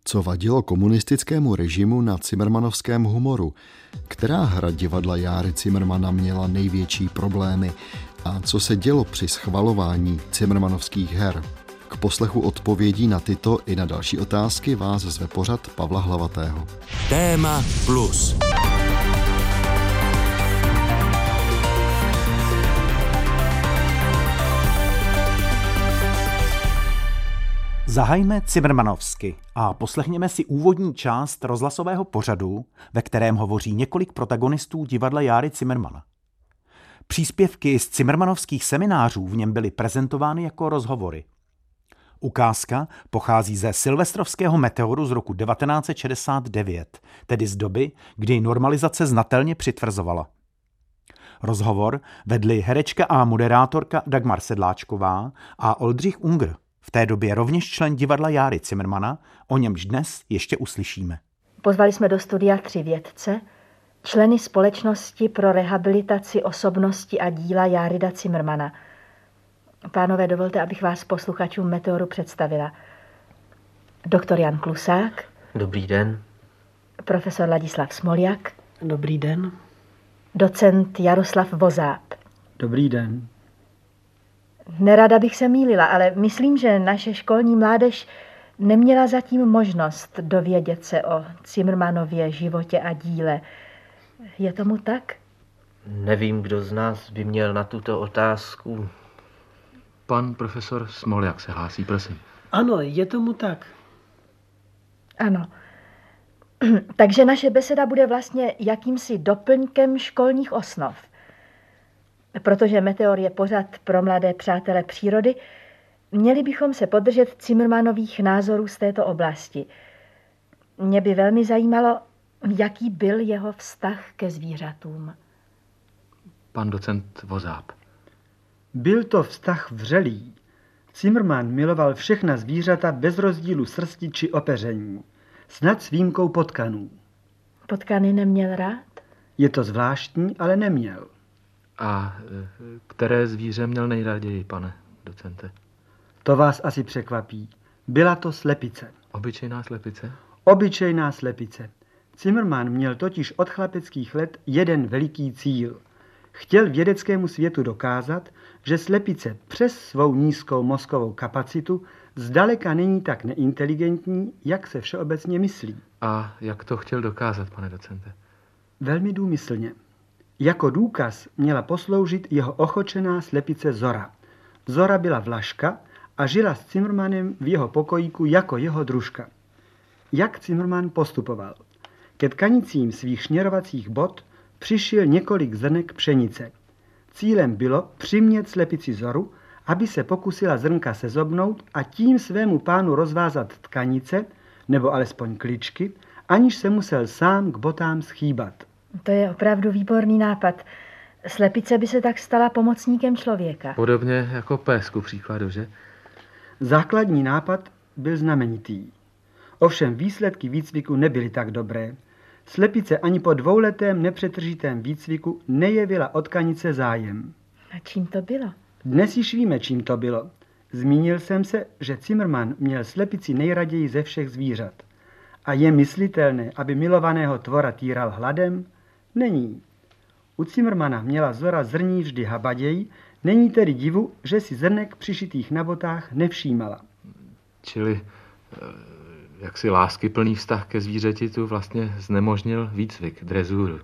Co vadilo komunistickému režimu na cimrmanovském humoru? Která hra divadla Járy Cimrmana měla největší problémy? A co se dělo při schvalování cimrmanovských her? K poslechu odpovědí na tyto i na další otázky vás zve pořad Pavla Hlavatého. Téma plus. Zahajme cimrmanovsky a poslechněme si úvodní část rozhlasového pořadu, ve kterém hovoří několik protagonistů divadla Járy Cimrmana. Příspěvky z cimrmanovských seminářů v něm byly prezentovány jako rozhovory. Ukázka pochází ze silvestrovského meteoru z roku 1969, tedy z doby, kdy normalizace znatelně přitvrzovala. Rozhovor vedli herečka a moderátorka Dagmar Sedláčková a Oldřich Unger, v té době rovněž člen divadla Járy Cimrmana, o němž dnes ještě uslyšíme. Pozvali jsme do studia 3 vědce, členy Společnosti pro rehabilitaci osobnosti a díla Járida Cimrmana. Pánové, dovolte, abych vás posluchačům Meteoru představila. Doktor Jan Klusák. Dobrý den. Profesor Ladislav Smoljak. Dobrý den. Docent Jaroslav Vozáb. Dobrý den. Nerada bych se mýlila, ale myslím, že naše školní mládež neměla zatím možnost dovědět se o Cimrmanově životě a díle. Je tomu tak? Nevím, kdo z nás by měl na tuto otázku. Pan profesor Smoljak se hlásí, prosím. Ano, je tomu tak. Ano. Takže naše beseda bude vlastně jakýmsi doplňkem školních osnov. Protože Meteor je pořad pro mladé přátele přírody, měli bychom se podržet Cimrmanových názorů z této oblasti. Mě by velmi zajímalo, jaký byl jeho vztah ke zvířatům. Pan docent Vozáb. Byl to vztah vřelý. Cimrman miloval všechna zvířata bez rozdílu srsti či opeření. Snad s výjimkou potkanů. Potkany neměl rád? Je to zvláštní, ale neměl. A které zvíře měl nejraději, pane docente? To vás asi překvapí. Byla to slepice. Obyčejná slepice? Obyčejná slepice. Cimrman měl totiž od chlapeckých let jeden veliký cíl. Chtěl vědeckému světu dokázat, že slepice přes svou nízkou mozkovou kapacitu zdaleka není tak neinteligentní, jak se všeobecně myslí. A jak to chtěl dokázat, pane docente? Velmi důmyslně. Jako důkaz měla posloužit jeho ochočená slepice Zora. Zora byla vlaška a žila s Cimrmanem v jeho pokojíku jako jeho družka. Jak Cimrman postupoval? Ke tkanicím svých šněrovacích bot přišil několik zrnek pšenice. Cílem bylo přimět slepici Zoru, aby se pokusila zrnka sezobnout a tím svému pánu rozvázat tkanice, nebo alespoň kličky, aniž se musel sám k botám schýbat. To je opravdu výborný nápad. Slepice by se tak stala pomocníkem člověka. Podobně jako pes, ku příkladu, že? Základní nápad byl znamenitý. Ovšem výsledky výcviku nebyly tak dobré. Slepice ani po 2letém nepřetržitém výcviku nejevila od tkanice zájem. A čím to bylo? Dnes již víme, čím to bylo. Zmínil jsem se, že Cimrman měl slepici nejraději ze všech zvířat. A je myslitelné, aby milovaného tvora týral hladem? Není. U Cimrmana měla Zora zrní vždy habaději, není tedy divu, že si zrnek přišitých na botách nevšímala. Čili jaksi láskyplný vztah ke zvířeti tu vlastně znemožnil výcvik, drezúru.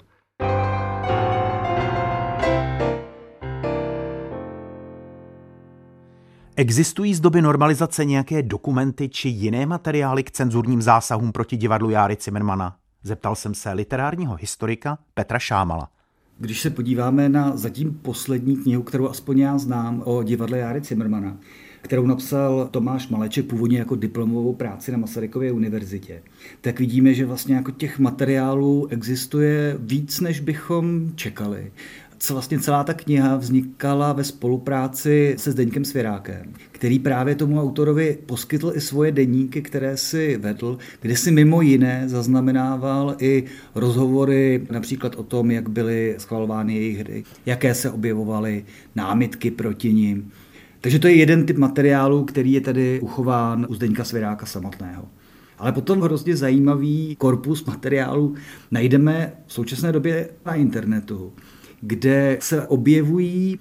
Existují z doby normalizace nějaké dokumenty či jiné materiály k cenzurním zásahům proti divadlu Járy Cimrmana? Zeptal jsem se literárního historika Petra Šámala. Když se podíváme na zatím poslední knihu, kterou aspoň já znám o divadle Járy Cimrmana, kterou napsal Tomáš Maleček původně jako diplomovou práci na Masarykově univerzitě, tak vidíme, že vlastně jako těch materiálů existuje víc, než bychom čekali. Vlastně celá ta kniha vznikala ve spolupráci se Zdeňkem Svěrákem, který právě tomu autorovi poskytl i svoje deníky, které si vedl, kde si mimo jiné zaznamenával i rozhovory například o tom, jak byly schvalovány jejich hry, jaké se objevovaly námitky proti nim. Takže to je jeden typ materiálu, který je tady uchován u Zdeňka Svěráka samotného. Ale potom hrozně zajímavý korpus materiálu najdeme v současné době na internetu, kde se objevují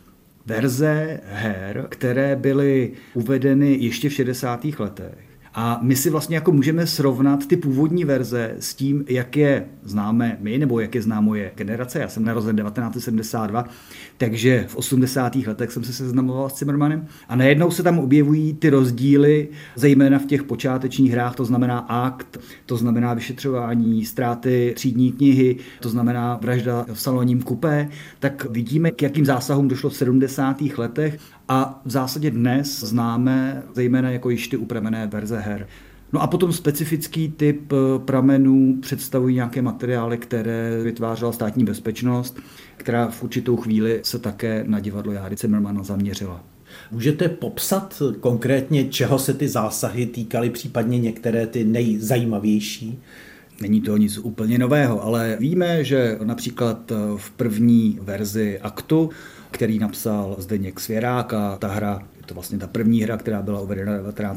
verze her, které byly uvedeny ještě v 60. letech. A my si vlastně jako můžeme srovnat ty původní verze s tím, jak je známe my, nebo jak je zná moje generace. Já jsem narozen 1972, takže v 80. letech jsem se seznamoval s Zimmermannem a najednou se tam objevují ty rozdíly, zejména v těch počátečních hrách, to znamená akt, to znamená vyšetřování, ztráty třídní knihy, to znamená vražda v salonním kupé, tak vidíme, k jakým zásahům došlo v 70. letech a v zásadě dnes známe zejména jako již ty upravené verze her. No a potom specifický typ pramenů představují nějaké materiály, které vytvářela Státní bezpečnost, která v určitou chvíli se také na divadlo Járy Zimmermana zaměřila. Můžete popsat konkrétně, čeho se ty zásahy týkaly, případně některé ty nejzajímavější? Není to nic úplně nového, ale víme, že například v první verzi aktu, který napsal Zdeněk Svěrák, a ta hra, je to vlastně ta první hra, která byla uvedena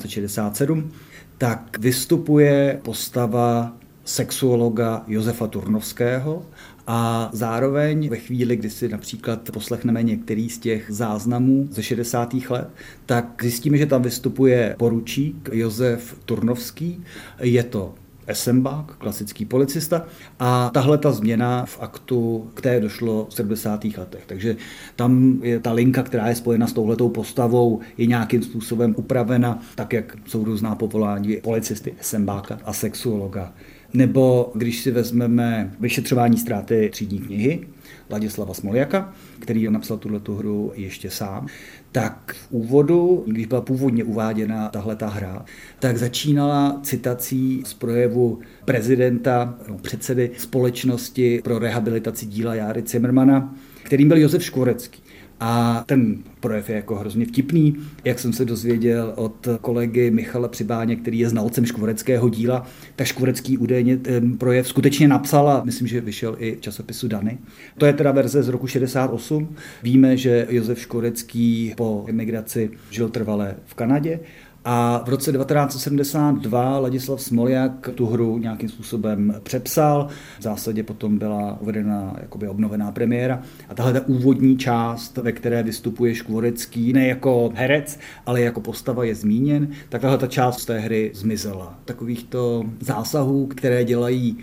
1967, tak vystupuje postava sexuologa Josefa Turnovského a zároveň ve chvíli, kdy si například poslechneme některý z těch záznamů ze 60. let, tak zjistíme, že tam vystupuje poručík Josef Turnovský, je to esembák, klasický policista, a tahle ta změna v aktu, které došlo v 70. letech. Takže tam je ta linka, která je spojena s touhletou postavou, je nějakým způsobem upravena, tak jak jsou různá povolání policisty, esembáka a sexuologa. Nebo když si vezmeme vyšetřování ztráty třídní knihy Ladislava Smoljaka, který napsal tuhletu hru ještě sám, tak v úvodu, když byla původně uváděna tahleta hra, tak začínala citací z projevu prezidenta, předsedy Společnosti pro rehabilitaci díla Járy Zimmermana, kterým byl Josef Škvorecký. A ten projev je jako hrozně vtipný, jak jsem se dozvěděl od kolegy Michala Přibáně, který je znalcem škvoreckého díla, tak Škvorecký údajně ten projev skutečně napsal a myslím, že vyšel i v časopisu Dany. To je teda verze z roku 68. Víme, že Josef Škvorecký po emigraci žil trvale v Kanadě a v roce 1972 Ladislav Smoljak tu hru nějakým způsobem přepsal. V zásadě potom byla uvedena jakoby obnovená premiéra. A tahle ta úvodní část, ve které vystupuje Škvorecký ne jako herec, ale jako postava je zmíněn, tak tahle ta část z té hry zmizela. Takovýchto zásahů, které dělají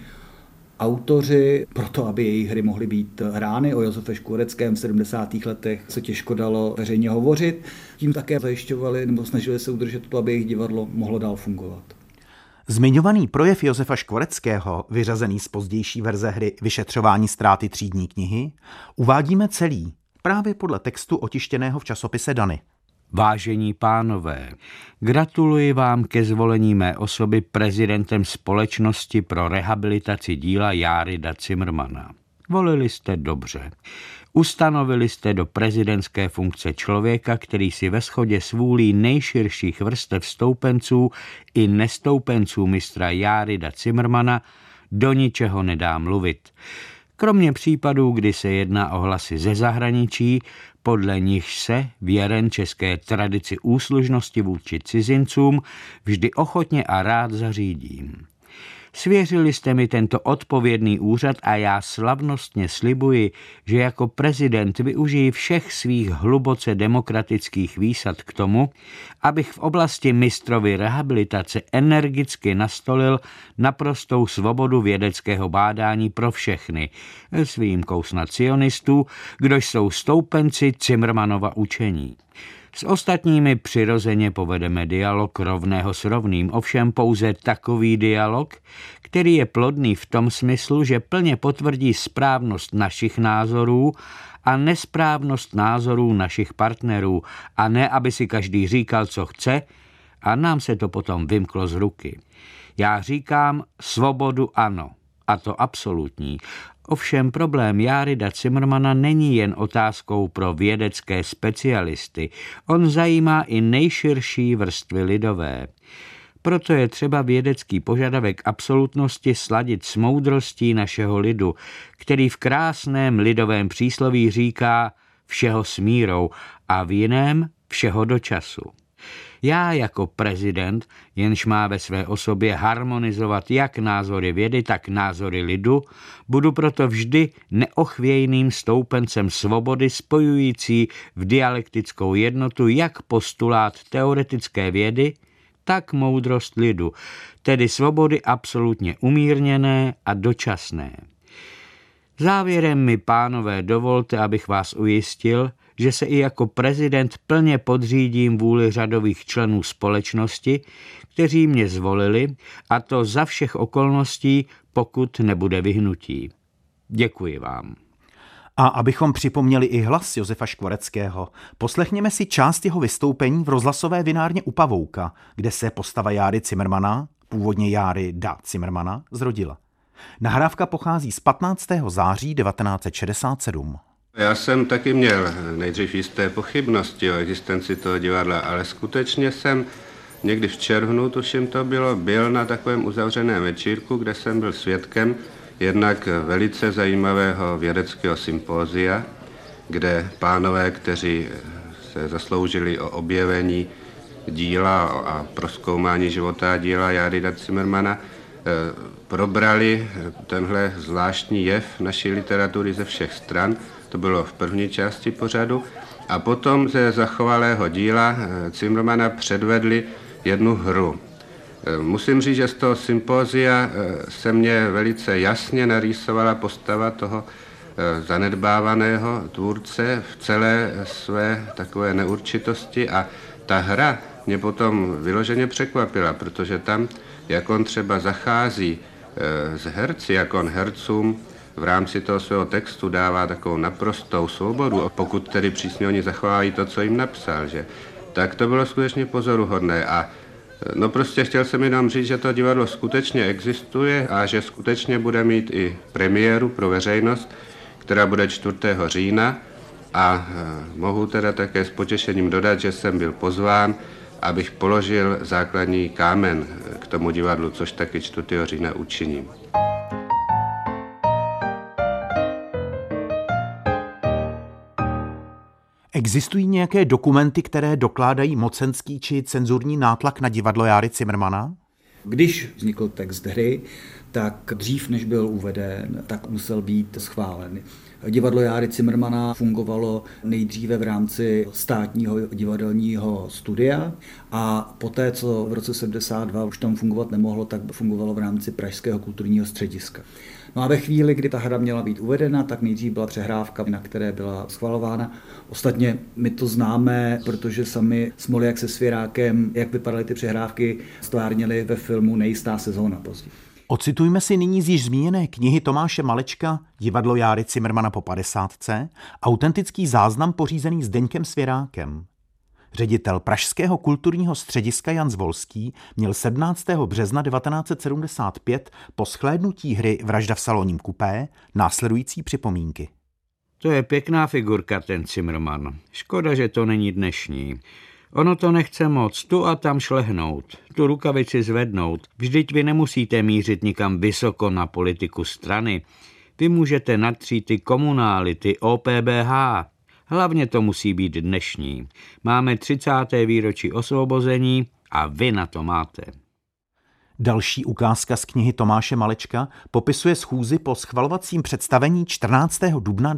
autoři, proto aby jejich hry mohly být hrány, o Josefe Škvoreckém v 70. letech se těžko dalo veřejně hovořit. Tím také zajišťovali nebo snažili se udržet to, aby jejich divadlo mohlo dál fungovat. Zmiňovaný projev Josefa Škvoreckého, vyřazený z pozdější verze hry Vyšetřování ztráty třídní knihy, uvádíme celý, právě podle textu otištěného v časopise Dany. Vážení pánové, gratuluji vám ke zvolení mé osoby prezidentem Společnosti pro rehabilitaci díla Járida Zimmermana. Volili jste dobře. Ustanovili jste do prezidentské funkce člověka, který si ve shodě s vůlí nejširších vrstev stoupenců i nestoupenců mistra Járida Zimmermana do ničeho nedá mluvit. Kromě případů, kdy se jedná o hlasy ze zahraničí, podle nich se, věren české tradici úslužnosti vůči cizincům, vždy ochotně a rád zařídím. Svěřili jste mi tento odpovědný úřad a já slavnostně slibuji, že jako prezident využiji všech svých hluboce demokratických výsad k tomu, abych v oblasti mistrovy rehabilitace energicky nastolil naprostou svobodu vědeckého bádání pro všechny, s výjimkou snad sionistů, kdož jsou stoupenci Zimmermanova učení. S ostatními přirozeně povedeme dialog rovného s rovným, ovšem pouze takový dialog, který je plodný v tom smyslu, že plně potvrdí správnost našich názorů a nesprávnost názorů našich partnerů, a ne, aby si každý říkal, co chce, a nám se to potom vymklo z ruky. Já říkám svobodu ano, a to absolutní. Ovšem problém Járida Zimmermana není jen otázkou pro vědecké specialisty, on zajímá i nejširší vrstvy lidové. Proto je třeba vědecký požadavek absolutnosti sladit s moudrostí našeho lidu, který v krásném lidovém přísloví říká všeho s mírou a v jiném všeho do času. Já jako prezident, jenž má ve své osobě harmonizovat jak názory vědy, tak názory lidu, budu proto vždy neochvějným stoupencem svobody spojující v dialektickou jednotu jak postulát teoretické vědy, tak moudrost lidu, tedy svobody absolutně umírněné a dočasné. Závěrem mi, pánové, dovolte, abych vás ujistil, že se i jako prezident plně podřídím vůli řadových členů společnosti, kteří mě zvolili, a to za všech okolností, pokud nebude vyhnutí. Děkuji vám. A abychom připomněli i hlas Josefa Škvoreckého, poslechněme si část jeho vystoupení v rozhlasové vinárně u Pavouka, kde se postava Járy Cimrmana, původně Járy da Cimrmana, zrodila. Nahrávka pochází z 15. září 1967. Já jsem taky měl nejdřív jisté pochybnosti o existenci toho divadla, ale skutečně jsem někdy v červnu, tuším to bylo, byl na takovém uzavřeném večírku, kde jsem byl svědkem jednak velice zajímavého vědeckého sympózia, kde pánové, kteří se zasloužili o objevení díla a prozkoumání života a díla Járy da Cimrmana, probrali tenhle zvláštní jev naší literatury ze všech stran. To bylo v první části pořadu. A potom ze zachovalého díla Cimrmana předvedli jednu hru. Musím říct, že z toho sympózia se mně velice jasně narýsovala postava toho zanedbávaného tvůrce v celé své takové neurčitosti a ta hra mě potom vyloženě překvapila, protože tam, jak on třeba zachází s herci, jak on hercům v rámci toho svého textu dává takovou naprostou svobodu, pokud tedy přísně oni zachovávají to, co jim napsal, že? Tak to bylo skutečně pozoruhodné a no prostě chtěl jsem jenom říct, že to divadlo skutečně existuje a že skutečně bude mít i premiéru pro veřejnost, která bude 4. října a mohu teda také s potěšením dodat, že jsem byl pozván, abych položil základní kámen k tomu divadlu, což taky 4. října učiním. Existují nějaké dokumenty, které dokládají mocenský či cenzurní nátlak na divadlo Járy Cimrmana? Když vznikl text hry, tak dřív, než byl uveden, tak musel být schválen. Divadlo Járy Cimrmana fungovalo nejdříve v rámci státního divadelního studia a poté, co v roce 72 už tam fungovat nemohlo, tak fungovalo v rámci Pražského kulturního střediska. No a ve chvíli, kdy ta hra měla být uvedena, tak nejdřív byla přehrávka, na které byla schvalována. Ostatně my to známe, protože sami Smoljak se Svěrákem, jak vypadaly ty přehrávky, stvárnili ve filmu Nejistá sezóna později. Ocitujme si nyní z již zmíněné knihy Tomáše Malečka Divadlo Járy Cimrmana po 50. autentický záznam pořízený Zdeňkem Svěrákem. Ředitel Pražského kulturního střediska Jan Zvolský měl 17. března 1975 po shlédnutí hry Vražda v salonním kupé následující připomínky. To je pěkná figurka, ten Cimrman. Škoda, že to není dnešní. Ono to nechce moc tu a tam šlehnout, tu rukavici zvednout. Vždyť vy nemusíte mířit nikam vysoko na politiku strany. Vy můžete natřít ty komunály, ty OPBH. Hlavně to musí být dnešní. Máme 30. výročí osvobození a vy na to máte. Další ukázka z knihy Tomáše Malečka popisuje schůzi po schvalovacím představení 14. dubna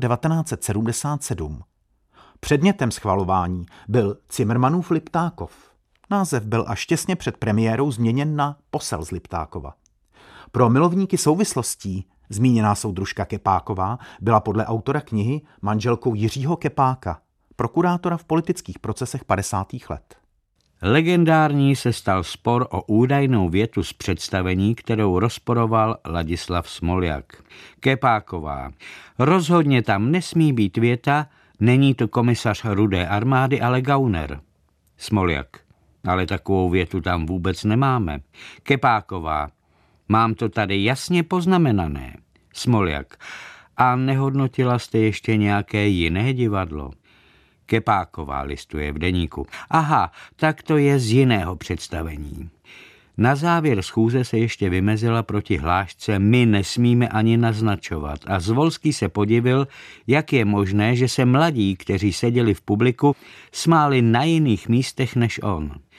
1977. Předmětem schvalování byl Cimrmanův Liptákov. Název byl až těsně před premiérou změněn na Posel z Liptákova. Pro milovníky souvislostí zmíněná soudružka Kepáková byla podle autora knihy manželkou Jiřího Kepáka, prokurátora v politických procesech 50. let. Legendární se stal spor o údajnou větu z představení, kterou rozporoval Ladislav Smoljak. Kepáková. Rozhodně tam nesmí být věta, není to komisař Rudé armády, ale gauner. Smoljak. Ale takovou větu tam vůbec nemáme. Kepáková. Mám to tady jasně poznamenané. Smoljak. A nehodnotila jste ještě nějaké jiné divadlo? Kepáková listuje v deníku. Aha, tak to je z jiného představení. Na závěr schůze se ještě vymezila proti hlášce my nesmíme ani naznačovat a Zvolský se podivil, jak je možné, že se mladí, kteří seděli v publiku, smáli na jiných místech než on.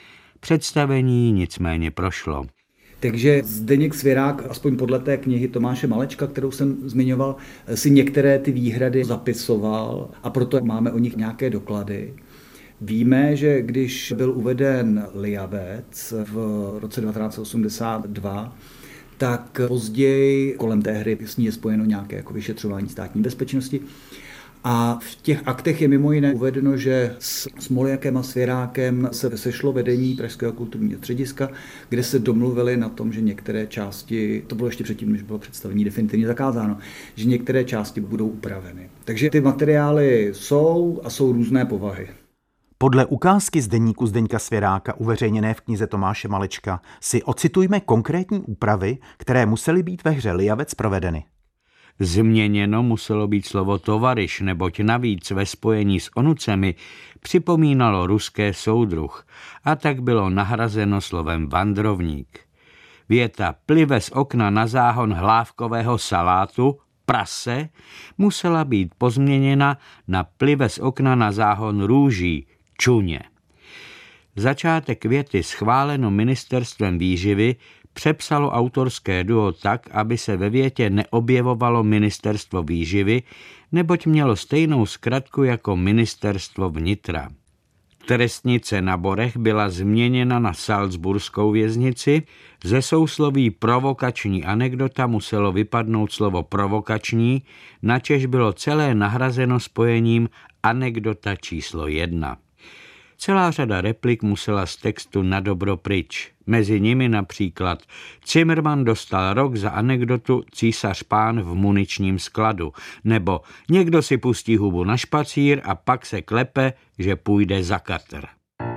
Představení nicméně prošlo. Takže Zdeněk Svěrák, aspoň podle té knihy Tomáše Malečka, kterou jsem zmiňoval, si některé ty výhrady zapisoval a proto máme o nich nějaké doklady. Víme, že když byl uveden Lijavec v roce 1982, tak později kolem té hry s ní je spojeno nějaké jako vyšetřování státní bezpečnosti. A v těch aktech je mimo jiné uvedeno, že s Smoljakem a Svěrákem se sešlo vedení Pražského kulturního střediska, kde se domluvili na tom, že některé části, to bylo ještě předtím, než bylo představení definitivně zakázáno, že některé části budou upraveny. Takže ty materiály jsou a jsou různé povahy. Podle ukázky z deníku Zdeňka Svěráka uveřejněné v knize Tomáše Malečka si ocitujme konkrétní úpravy, které musely být ve hře Lijavec provedeny. Změněno muselo být slovo tovaryš, neboť navíc ve spojení s onucemi připomínalo ruské soudruh a tak bylo nahrazeno slovem vandrovník. Věta plive z okna na záhon hlávkového salátu, prase, musela být pozměněna na plive z okna na záhon růží, čuně. Začátek věty schváleno ministerstvem výživy přepsalo autorské duo tak, aby se ve větě neobjevovalo ministerstvo výživy, neboť mělo stejnou zkratku jako ministerstvo vnitra. Trestnice na Borech byla změněna na Salzburskou věznici, ze sousloví provokační anekdota muselo vypadnout slovo provokační, načež bylo celé nahrazeno spojením anekdota číslo 1. Celá řada replik musela z textu na dobro pryč. Mezi nimi například Cimrman dostal rok za anekdotu Císař pán v muničním skladu, nebo někdo si pustí hubu na špacír a pak se klepe, že půjde za katr.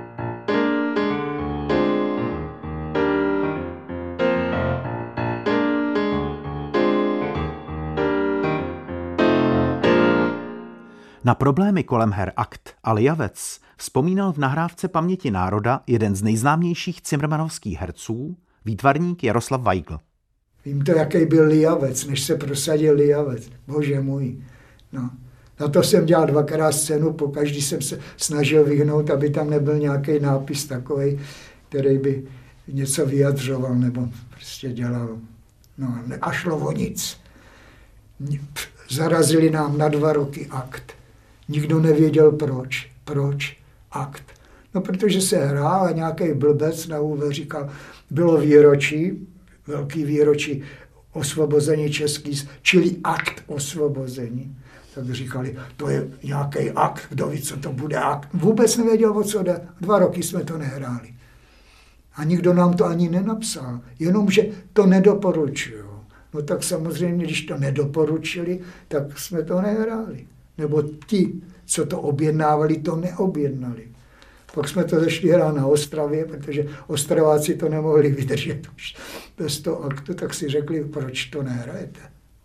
Na problémy kolem her Akt a Lijavec vzpomínal v nahrávce Paměti národa jeden z nejznámějších cimrmanovských herců, výtvarník Jaroslav Weigl. Vím to, jaký byl Lijavec, než se prosadil Lijavec. Bože můj. No. Na to jsem dělal 2krát scénu, pokaždý jsem se snažil vyhnout, aby tam nebyl nějaký nápis takový, který by něco vyjadřoval nebo prostě dělal. No a šlo o nic. Zarazili nám na 2 roky Akt. Nikdo nevěděl proč. Proč Akt? No, protože se hrál a nějaký blbec na úve říkal, bylo výročí, velký výročí osvobození český, čili Akt osvobození. Tak říkali, to je nějaký akt, kdo ví, co to bude akt. Vůbec nevěděl, o co jde. 2 roky jsme to nehráli. A nikdo nám to ani nenapsal, jenomže to nedoporučují. No tak samozřejmě, když to nedoporučili, tak jsme to nehráli. Nebo ti, co to objednávali, to neobjednali. Pak jsme to zašli hrát na Ostravě, protože Ostraváci to nemohli vydržet už bez toho aktu, tak si řekli, proč to nehrajete?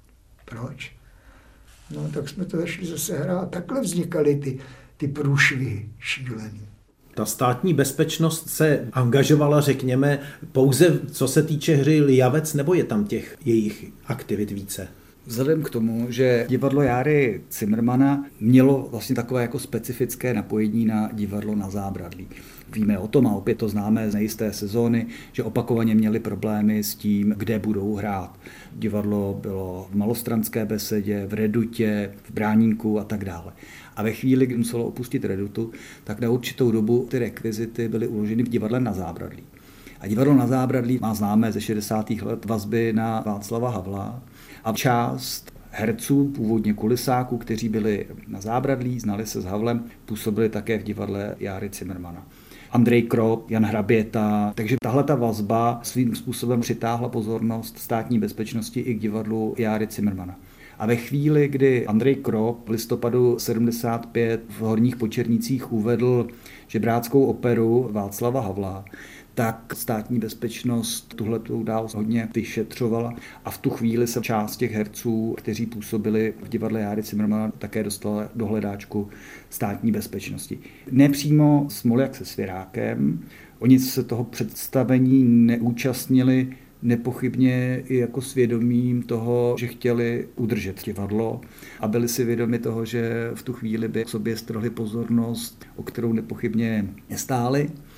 Proč? No tak jsme to zašli zase hrát. Takhle vznikaly ty průšvihy šílený. Ta státní bezpečnost se angažovala, řekněme, pouze co se týče hry Lijavec, nebo je tam těch jejich aktivit více? Vzhledem k tomu, že divadlo Járy Cimrmana mělo vlastně takové jako specifické napojení na divadlo na Zábradlí. Víme o tom a opět to známe z nejisté sezóny, že opakovaně měli problémy s tím, kde budou hrát. Divadlo bylo v Malostranské besedě, v Redutě, v Bráníku a tak dále. A ve chvíli, kdy muselo opustit Redutu, tak na určitou dobu ty rekvizity byly uloženy v divadle na Zábradlí. A divadlo na Zábradlí má známé ze 60. let vazby na Václava Havla a část herců, původně kulisáků, kteří byli na Zábradlí, znali se s Havlem, působili také v divadle Járy Cimrmana. Andrej Krop, Jan Hraběta, takže tahle ta vazba svým způsobem přitáhla pozornost státní bezpečnosti i k divadlu Járy Cimrmana. A ve chvíli, kdy Andrej Krop v listopadu 75 v Horních Počernicích uvedl žebráckou operu Václava Havla, tak státní bezpečnost tuhletu událost hodně vyšetřovala a v tu chvíli se část těch herců, kteří působili v divadle Járy Cimrmana, také dostala do hledáčku státní bezpečnosti. Nepřímo Smoljak se Svěrákem, oni se toho představení neúčastnili, nepochybně i jako svědomím toho, že chtěli udržet divadlo a byli si vědomi toho, že v tu chvíli by k sobě strhli pozornost, o kterou nepochybně nestáli.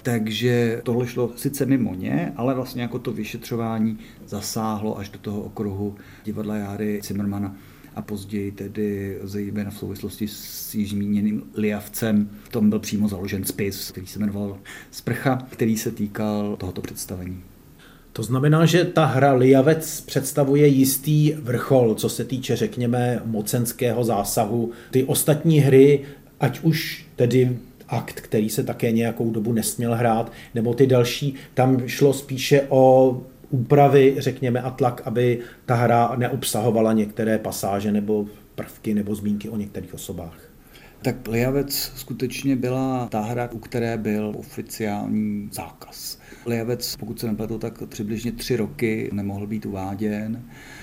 Takže tohle šlo sice mimo ně, ale vlastně jako to vyšetřování zasáhlo až do toho okruhu divadla Járy Cimrmana a později tedy zejména v souvislosti s již zmíněným Lijavcem. Tom byl přímo založen spis, který se jmenoval Sprcha, který se týkal tohoto představení. To znamená, že ta hra Lijavec představuje jistý vrchol, co se týče, řekněme, mocenského zásahu. Ty ostatní hry, ať už tedy Akt, který se také nějakou dobu nesměl hrát, nebo ty další, tam šlo spíše o úpravy, řekněme, a tlak, aby ta hra neobsahovala některé pasáže nebo prvky nebo zmínky o některých osobách. Tak Lijavec skutečně byla ta hra, u které byl oficiální zákaz. Lijavec, pokud se nepletu, tak přibližně 3 roky nemohl být uváděn.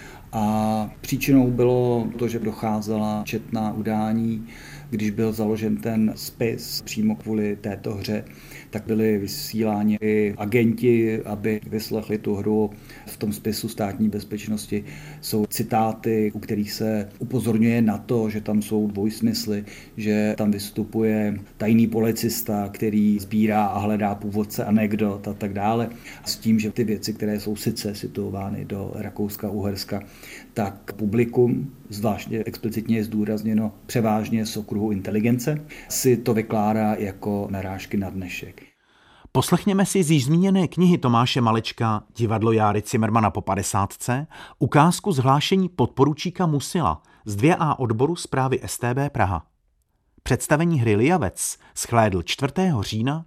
A příčinou bylo to, že docházela četná udání. Když byl založen ten spis přímo kvůli této hře, tak byli vysíláni i agenti, aby vyslechli tu hru. V tom spisu státní bezpečnosti jsou citáty, u kterých se upozorňuje na to, že tam jsou dvojsmysly, že tam vystupuje tajný policista, který sbírá a hledá původce anekdot a tak dále. S tím, že ty věci, které jsou sice situovány do Rakouska-Uherska, tak publikum, zvláštně explicitně je zdůrazněno převážně z okruhu inteligence, si to vykládá jako narážky na dnešek. Poslechněme si z již zmíněné knihy Tomáše Malečka Divadlo Járy Cimrmana po 50. ukázku zhlášení podporučíka Musila z 2A odboru zprávy StB Praha. Představení hry Lijavec shlédl 4. října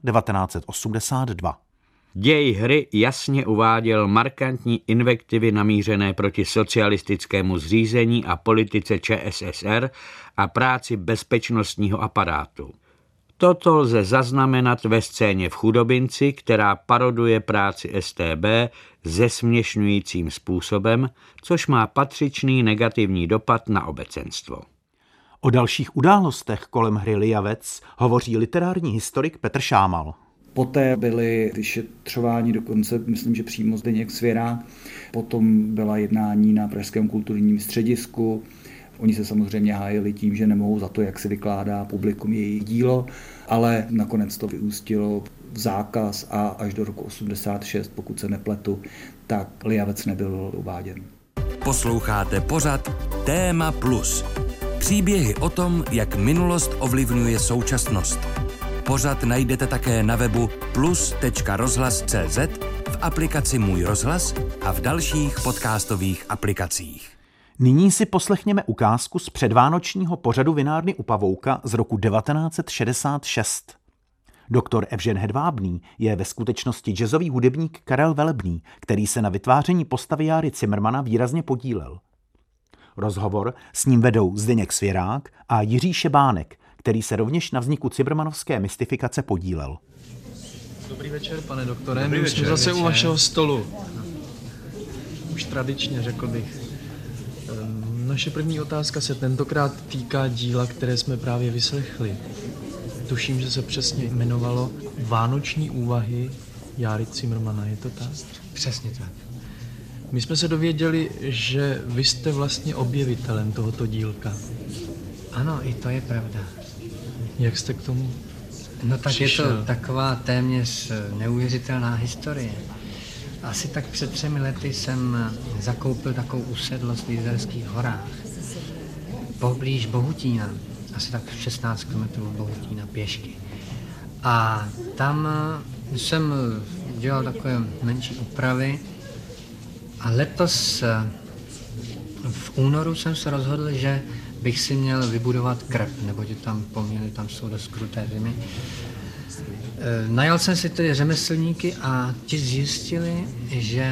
1982. Děj hry jasně uváděl markantní invektivy namířené proti socialistickému zřízení a politice ČSSR a práci bezpečnostního aparátu. Toto lze zaznamenat ve scéně v Chudobinci, která paroduje práci StB zesměšňujícím způsobem, což má patřičný negativní dopad na obecenstvo. O dalších událostech kolem hry Lijavec hovoří literární historik Petr Šámal. Poté byly vyšetřováni dokonce, myslím, že přímo Zdeněk Svěrák. Potom byla jednání na Pražském kulturním středisku. Oni se samozřejmě hájili tím, že nemohou za to, jak se vykládá publikum jejich dílo, ale nakonec to vyústilo v zákaz a až do roku 86, pokud se nepletu, tak Lijavec nebyl uváděn. Posloucháte pořad Téma Plus. Příběhy o tom, jak minulost ovlivňuje současnost. Pořad najdete také na webu plus.rozhlas.cz, v aplikaci Můj rozhlas a v dalších podcastových aplikacích. Nyní si poslechněme ukázku z předvánočního pořadu Vinárny u Pavouka z roku 1966. Doktor Evžen Hedvábný je ve skutečnosti jazzový hudebník Karel Velebný, který se na vytváření postavy Járy Cimrmana výrazně podílel. Rozhovor s ním vedou Zdeněk Svěrák a Jiří Šebánek, který se rovněž na vzniku cimrmanovské mystifikace podílel. Dobrý večer, pane doktore. My jsme zase u vašeho stolu. Už tradičně, řekl bych. Naše první otázka se tentokrát týká díla, které jsme právě vyslechli. Tuším, že se přesně jmenovalo Vánoční úvahy Járy Cimrmana, je to tak? Přesně tak. My jsme se dověděli, že vy jste vlastně objevitelem tohoto dílka. Ano, i to je pravda. Jak jste k tomu No tak přišel? Je to taková téměř neuvěřitelná historie. Asi tak před 3 lety jsem zakoupil takovou usedlost v Jizerských horách. Poblíž Bohutína, asi tak 16 km Bohutína pěšky. A tam jsem dělal takové menší úpravy a letos v únoru jsem se rozhodl, že bych si měl vybudovat krb, neboť tam jsou dost kruté zimy. Najal jsem si tedy řemeslníky a ti zjistili, že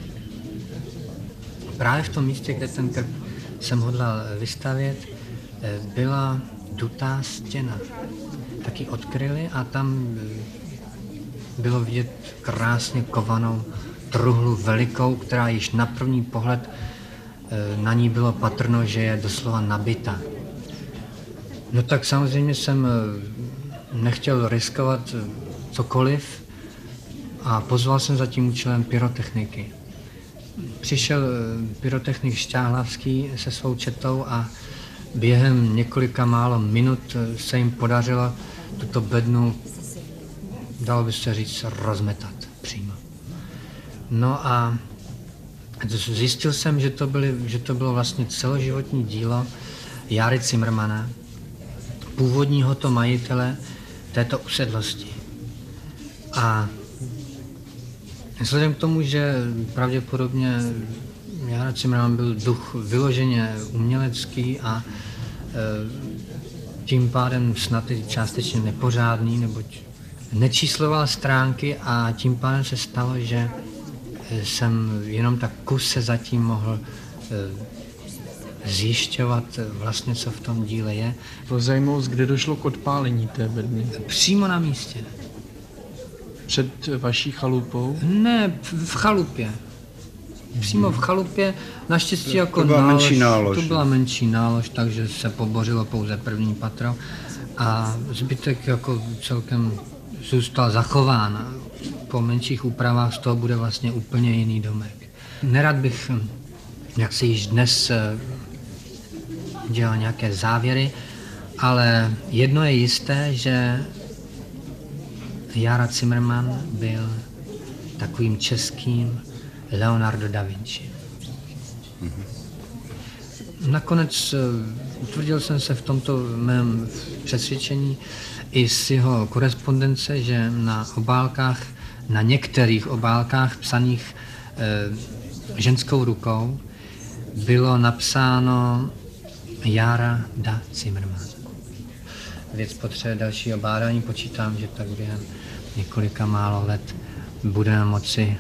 právě v tom místě, kde ten krb jsem hodlal vystavět, byla dutá stěna. Tak ji odkryli a tam bylo vidět krásně kovanou truhlu velikou, která již na první pohled na ní bylo patrno, že je doslova nabita. No tak samozřejmě jsem nechtěl riskovat cokoliv a pozval jsem za tím účelem pyrotechniky. Přišel pyrotechnik Šťáhlavský se svou četou a během několika málo minut se jim podařilo tuto bednu dalo by se říct, rozmetat přímo. No a zjistil jsem, že to bylo vlastně celoživotní dílo Járy Cimrmana, původního to majitele této usedlosti. A vzhledem k tomu, že pravděpodobně Jára Cimrman byl duch vyloženě umělecký a tím pádem snad i částečně nepořádný, neboť nečísloval stránky a tím pádem se stalo, že jsem jenom tak kuse zatím mohl zjišťovat vlastně, co v tom díle je. Pro zajímavost, kde došlo k odpálení té bedny? Přímo na místě. Před vaší chalupou? Ne, v chalupě. Přímo v chalupě, naštěstí jako to byla menší nálož. To byla menší nálož, takže se pobořilo pouze první patro a zbytek jako celkem zůstal zachován. Po menších úpravách z toho bude vlastně úplně jiný domek. Nerad bych, jak si již dnes dělal nějaké závěry, ale jedno je jisté, že Jára Cimrman byl takovým českým Leonardo da Vinci. Nakonec utvrdil jsem se v tomto mém přesvědčení i z jeho korespondence, že na některých obálkách psaných ženskou rukou bylo napsáno Jára da Cimrman. Věc potřebuje další obádání, počítám, že tak během několika málo let budeme moci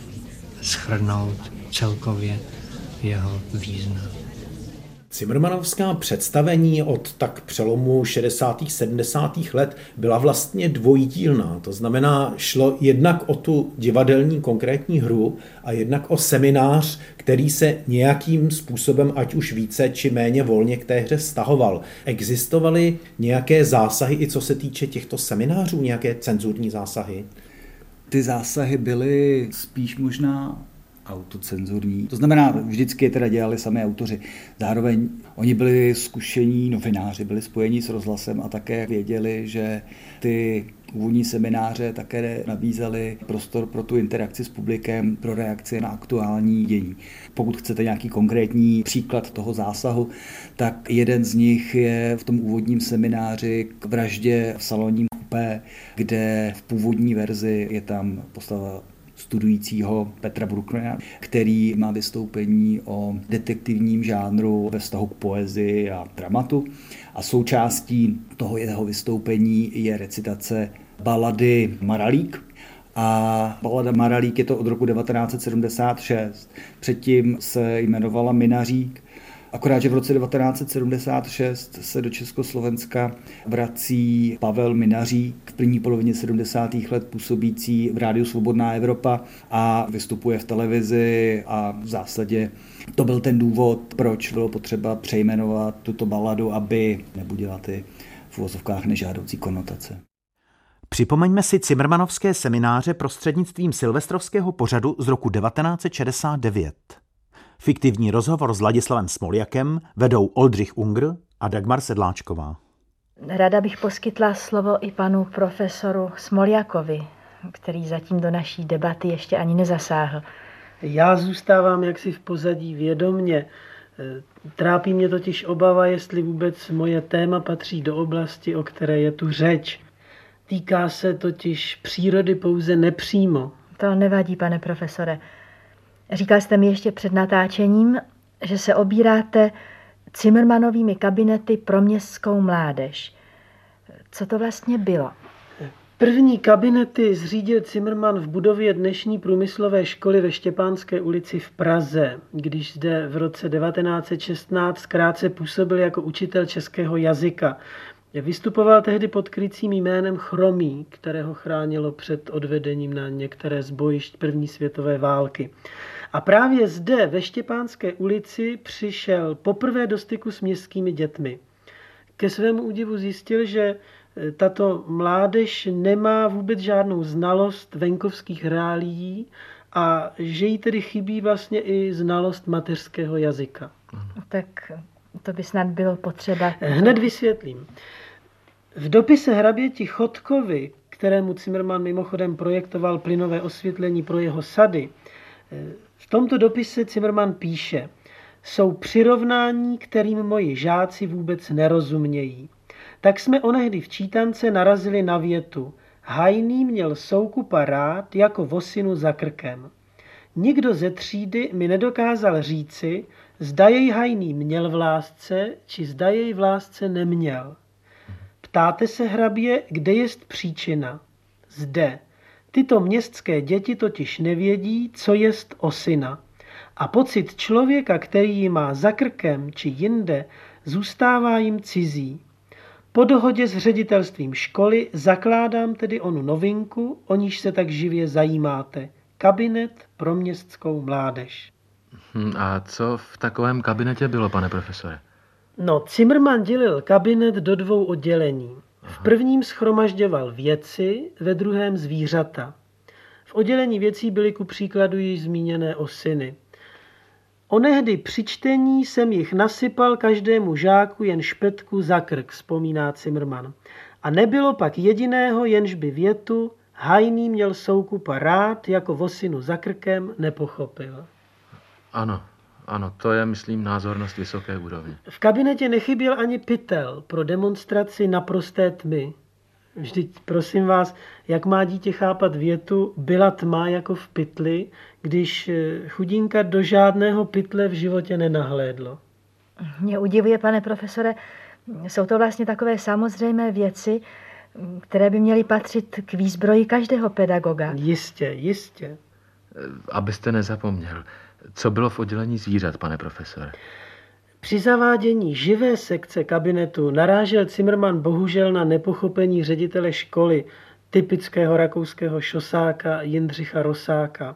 shrnout celkově jeho význam. Cimrmanovská představení od tak přelomu 60. 70. let byla vlastně dvojdílná. To znamená, šlo jednak o tu divadelní konkrétní hru a jednak o seminář, který se nějakým způsobem, ať už více či méně volně k té hře vztahoval. Existovaly nějaké zásahy, i co se týče těchto seminářů, nějaké cenzurní zásahy? Ty zásahy byly spíš možná autocenzurní. To znamená, vždycky je teda dělali sami autoři. Zároveň oni byli zkušení novináři, byli spojení s rozhlasem a také věděli, že ty úvodní semináře také nabízely prostor pro tu interakci s publikem, pro reakci na aktuální dění. Pokud chcete nějaký konkrétní příklad toho zásahu, tak jeden z nich je v tom úvodním semináři k vraždě v salonním kupé, kde v původní verzi je tam postava studujícího Petra Brucknera, který má vystoupení o detektivním žánru ve vztahu k poezii a dramatu. A součástí toho jeho vystoupení je recitace balady Maralík. A balada Maralík je to od roku 1976. Předtím se jmenovala Minařík. Akorát, že v roce 1976 se do Československa vrací Pavel Minařík, v první polovině 70. let působící v Rádiu Svobodná Evropa a vystupuje v televizi a v zásadě to byl ten důvod, proč bylo potřeba přejmenovat tuto baladu, aby nebudila ty v uvozovkách nežádoucí konotace. Připomeňme si cimrmanovské semináře prostřednictvím silvestrovského pořadu z roku 1969. Fiktivní rozhovor s Ladislavem Smoljakem vedou Oldřich Unger a Dagmar Sedláčková. Ráda bych poskytla slovo i panu profesoru Smoljakovi, který zatím do naší debaty ještě ani nezasáhl. Já zůstávám jaksi v pozadí vědomně. Trápí mě totiž obava, jestli vůbec moje téma patří do oblasti, o které je tu řeč. Týká se totiž přírody pouze nepřímo. To nevadí, pane profesore. Říkal jste mi ještě před natáčením, že se obíráte Cimrmanovými kabinety pro městskou mládež. Co to vlastně bylo? První kabinety zřídil Cimrman v budově dnešní průmyslové školy ve Štěpánské ulici v Praze, když zde v roce 1916 krátce působil jako učitel českého jazyka. Vystupoval tehdy pod krycím jménem Chromý, kterého chránilo před odvedením na některé z bojišť první světové války. A právě zde ve Štěpánské ulici přišel poprvé do styku s městskými dětmi. Ke svému údivu zjistil, že tato mládež nemá vůbec žádnou znalost venkovských reálií a že jí tedy chybí vlastně i znalost mateřského jazyka. Tak to by snad bylo potřeba. Hned vysvětlím. V dopise hraběti Chodkovi, kterému Zimmermann mimochodem projektoval plynové osvětlení pro jeho sady, v tomto dopise Zimmermann píše: jsou přirovnání, kterým moji žáci vůbec nerozumějí. Tak jsme onehdy v čítance narazili na větu: hajný měl soukupa rád jako vosinu za krkem. Nikdo ze třídy mi nedokázal říci, zda jej hajný měl v lásce, či zda jej v lásce neměl. Ptáte se, hrabě, kde jest příčina? Zde. Tyto městské děti totiž nevědí, co jest osina. A pocit člověka, který ji má za krkem či jinde, zůstává jim cizí. Po dohodě s ředitelstvím školy zakládám tedy onu novinku, o níž se tak živě zajímáte. Kabinet pro městskou mládež. A co v takovém kabinetě bylo, pane profesore? No, Zimmermann dělil kabinet do 2 oddělení. V prvním shromažďoval věci, ve druhém zvířata. V oddělení věcí byly ku příkladu již zmíněné osiny. Onehdy při čtení jsem jich nasypal každému žáku jen špetku za krk, vzpomíná Zimmermann. A nebylo pak jediného, jenž by větu hajný měl soukupa rád jako vosinu za krkem nepochopil. Ano, to je, myslím, názornost vysoké úrovně. V kabinetě nechyběl ani pytel pro demonstraci naprosté tmy. Vždyť, prosím vás, jak má dítě chápat větu byla tma jako v pytli, když chudinka do žádného pytle v životě nenahlédlo? Mě udivuje, pane profesore, jsou to vlastně takové samozřejmé věci, které by měly patřit k výzbroji každého pedagoga. Jistě. Abyste nezapomněl, co bylo v oddělení zvířat, pane profesore? Při zavádění živé sekce kabinetu narážel Zimmermann bohužel na nepochopení ředitele školy, typického rakouského šosáka Jindřicha Rosáka.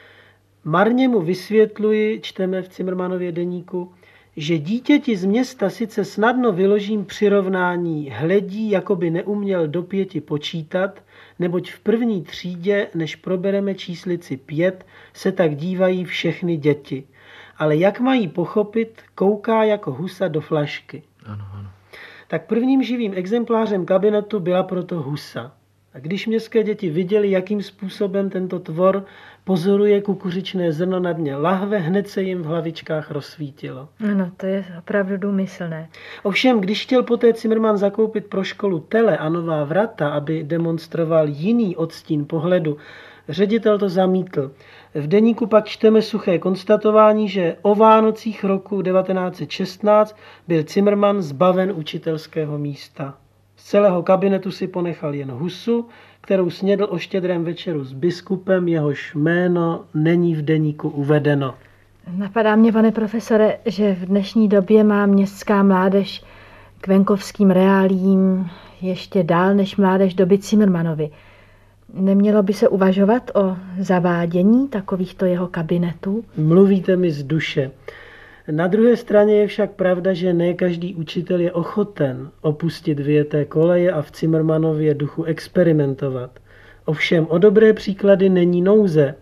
Marně mu vysvětluji, čteme v Zimmermannově deníku, že dítěti z města sice snadno vyložím přirovnání hledí, jako by neuměl do 5 počítat, neboť v první třídě, než probereme číslici 5, se tak dívají všechny děti. Ale jak mají pochopit, kouká jako husa do flašky. Ano. Tak prvním živým exemplářem kabinetu byla proto husa. A když městské děti viděli, jakým způsobem tento tvor pozoruje kukuřičné zrno na dně lahve, hned se jim v hlavičkách rozsvítilo. Ano, to je opravdu důmyslné. Ovšem, když chtěl poté Zimmermann zakoupit pro školu tele a nová vrata, aby demonstroval jiný odstín pohledu, ředitel to zamítl. V deníku pak čteme suché konstatování, že o Vánocích roku 1916 byl Zimmermann zbaven učitelského místa. Z celého kabinetu si ponechal jen husu, kterou snědl o štědrém večeru s biskupem, jehož jméno není v deníku uvedeno. Napadá mě, pane profesore, že v dnešní době má městská mládež k venkovským reálím ještě dál než mládež doby Zimmermannovy. Nemělo by se uvažovat o zavádění takovýchto jeho kabinetů? Mluvíte mi z duše. Na druhé straně je však pravda, že ne každý učitel je ochoten opustit vyjeté koleje a v Zimmermannově duchu experimentovat. Ovšem o dobré příklady není nouze.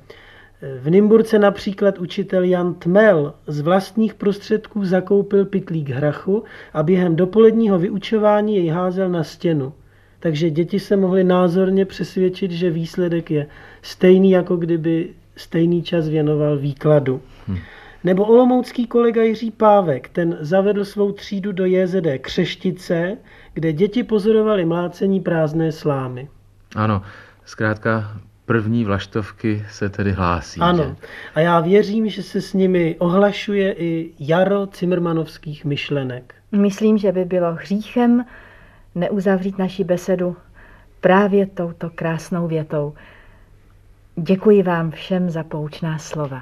V Nymburce například učitel Jan Tmel z vlastních prostředků zakoupil pytlík hrachu a během dopoledního vyučování jej házel na stěnu. Takže děti se mohly názorně přesvědčit, že výsledek je stejný, jako kdyby stejný čas věnoval výkladu. Nebo olomoucký kolega Jiří Pávek, ten zavedl svou třídu do JZD Křeštice, kde děti pozorovaly mlácení prázdné slámy. Ano, zkrátka první vlaštovky se tedy hlásí. Ano, že? A já věřím, že se s nimi ohlašuje i jaro Zimmermannovských myšlenek. Myslím, že by bylo hříchem neuzavřít naši besedu právě touto krásnou větou. Děkuji vám všem za poučná slova.